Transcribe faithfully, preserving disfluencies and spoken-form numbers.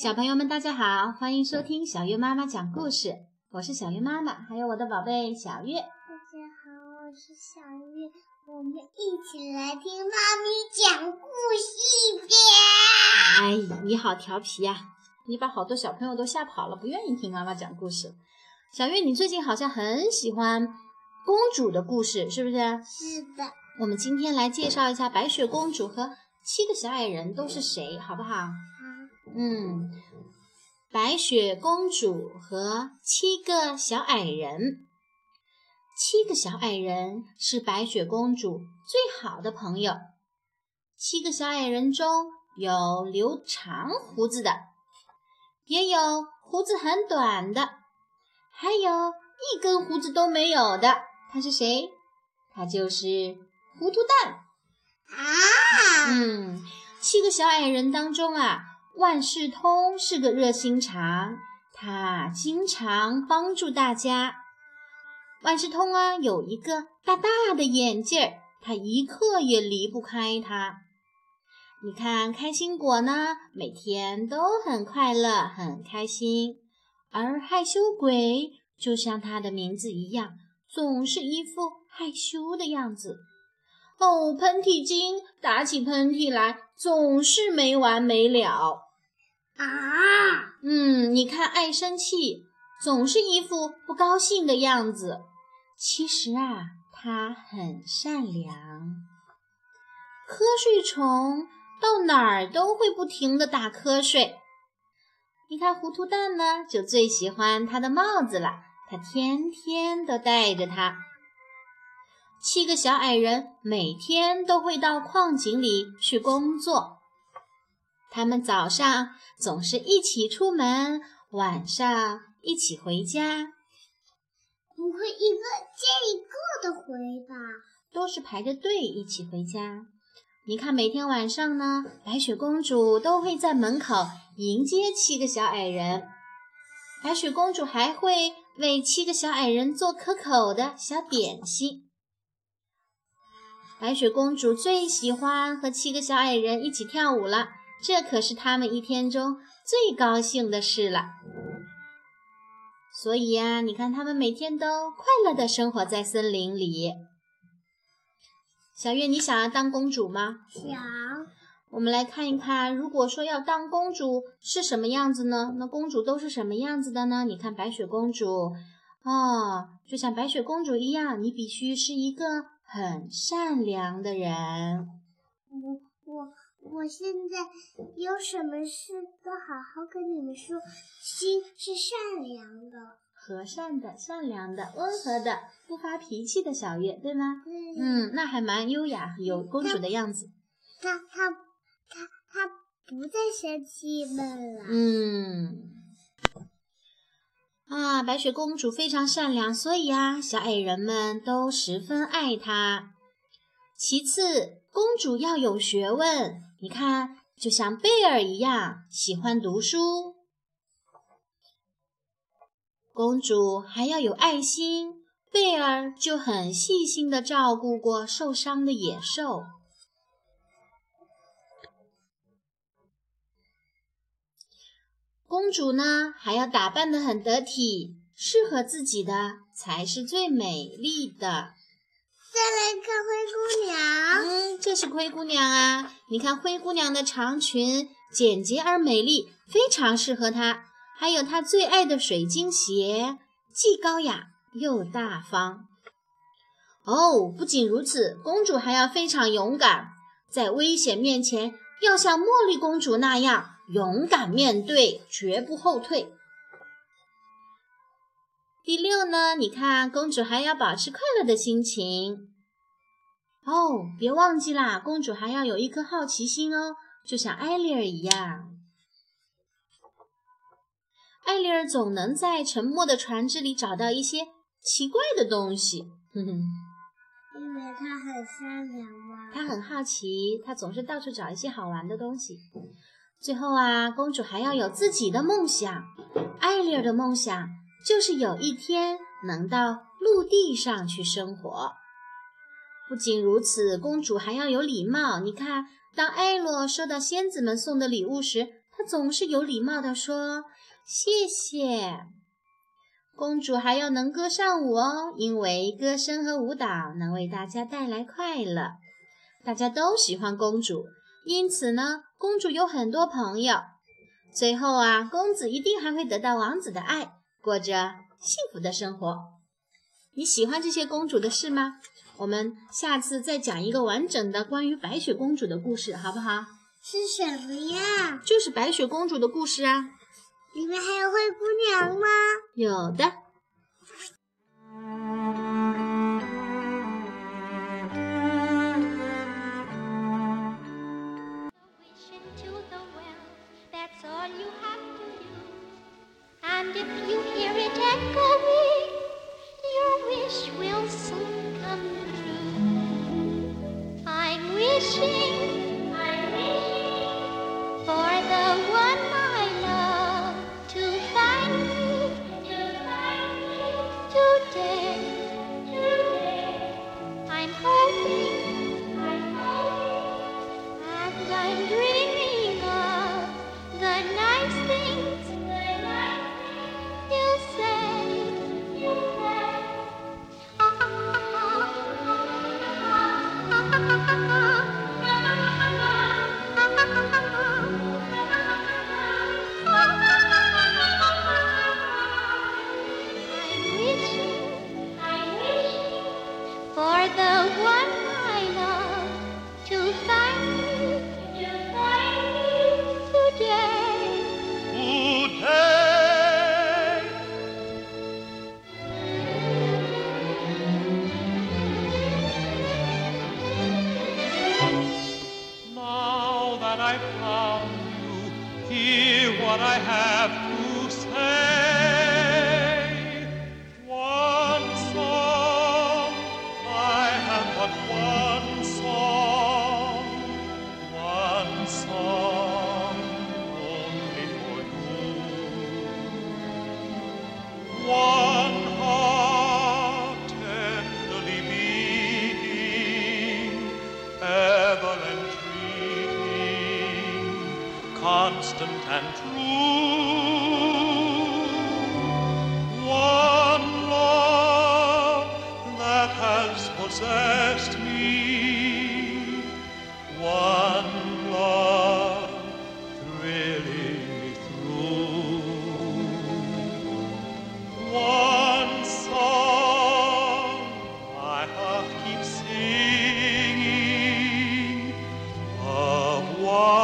小朋友们大家好，欢迎收听小月妈妈讲故事，我是小月妈妈，还有我的宝贝小月。 大家好，我是小月，我们一起来听妈咪讲故事篇。哎，你好调皮呀、啊！你把好多小朋友都吓跑了，不愿意听妈妈讲故事。小月，你最近好像很喜欢公主的故事，是不是？ 是的。 我们今天来介绍一下白雪公主和七个小矮人都是谁，好不好？ 好。 嗯，白雪公主和七个小矮人。七个小矮人是白雪公主最好的朋友。七个小矮人中有留长胡子的，也有胡子很短的，还有一根胡子都没有的。他是谁？他就是糊涂蛋。 啊！ 嗯，七个小矮人当中啊，万事通是个热心肠，他经常帮助大家。万事通啊，有一个大大的眼镜儿，他一刻也离不开它。你看开心果呢，每天都很快乐，很开心。而害羞鬼就像它的名字一样，总是一副害羞的样子。哦，喷嚏精打起喷嚏来总是没完没了。 啊！ 嗯，你看爱生气，总是一副不高兴的样子。其实啊，他很善良。瞌睡虫到哪儿都会不停地打瞌睡。你看糊涂蛋呢，就最喜欢他的帽子了，他天天都戴着它。七个小矮人每天都会到矿井里去工作。他们早上总是一起出门，晚上一起回家。 不会一个接一个的回吧？ 都是排着队一起回家。你看每天晚上呢，白雪公主都会在门口迎接七个小矮人。白雪公主还会为七个小矮人做可口的小点心。白雪公主最喜欢和七个小矮人一起跳舞了，这可是他们一天中最高兴的事了。所以啊，你看他们每天都快乐地生活在森林里。小月，你想要当公主吗？ 想。 我们来看一看，如果说要当公主是什么样子呢？那公主都是什么样子的呢？你看白雪公主，哦，就像白雪公主一样，你必须是一个很善良的人。 我我我现在有什么事都好好跟你们说，心是善良的。 和善的、善良的、温和的、不发脾气的小月，对吗？ 对。 嗯，那还蛮优雅，有公主的样子。 她她她她不再生气闷了。 嗯。啊，白雪公主非常善良，所以啊，小矮人们都十分爱她。其次，公主要有学问，你看，就像贝尔一样，喜欢读书。公主还要有爱心，贝尔就很细心地照顾过受伤的野兽。公主呢，还要打扮得很得体，适合自己的才是最美丽的。 再来看灰姑娘。 嗯，这是灰姑娘啊！你看灰姑娘的长裙简洁而美丽，非常适合她。还有她最爱的水晶鞋，既高雅又大方。哦，不仅如此，公主还要非常勇敢，在危险面前要像茉莉公主那样勇敢面对，绝不后退。第六呢，你看公主还要保持快乐的心情。哦，别忘记啦，公主还要有一颗好奇心哦，就像艾丽儿一样。艾丽儿总能在沉默的船只里找到一些奇怪的东西。哼哼， 因为她很善良嘛。 她很好奇，她总是到处找一些好玩的东西。最后啊，公主还要有自己的梦想。艾丽儿的梦想就是有一天能到陆地上去生活。不仅如此，公主还要有礼貌。你看，当艾洛收到仙子们送的礼物时，她她总是有礼貌地说谢谢。公主还要能歌善舞哦，因为歌声和舞蹈能为大家带来快乐。大家都喜欢公主，因此呢，公主有很多朋友。最后啊，公子一定还会得到王子的爱，过着幸福的生活。你喜欢这些公主的事吗？我们下次再讲一个完整的关于白雪公主的故事，好不好？ 是什么呀？ 就是白雪公主的故事啊。 里面还有灰姑娘吗？ 有的。 And if you hear it echoing, your wish will soon come true. I'm wishing, I'm wishing for the one I love to find me, to find me today. Today. I'm hoping, I'm hoping, and I'm dreaming of the nice things for the one I love to find me, to find me today. Today. Now that I've found you, hear what I have to say. One song, one song only for you. One heart tenderly beating, ever entreating, constant and true. One love that has possessed me, one love thrilling me through, one song my heart keeps singing of one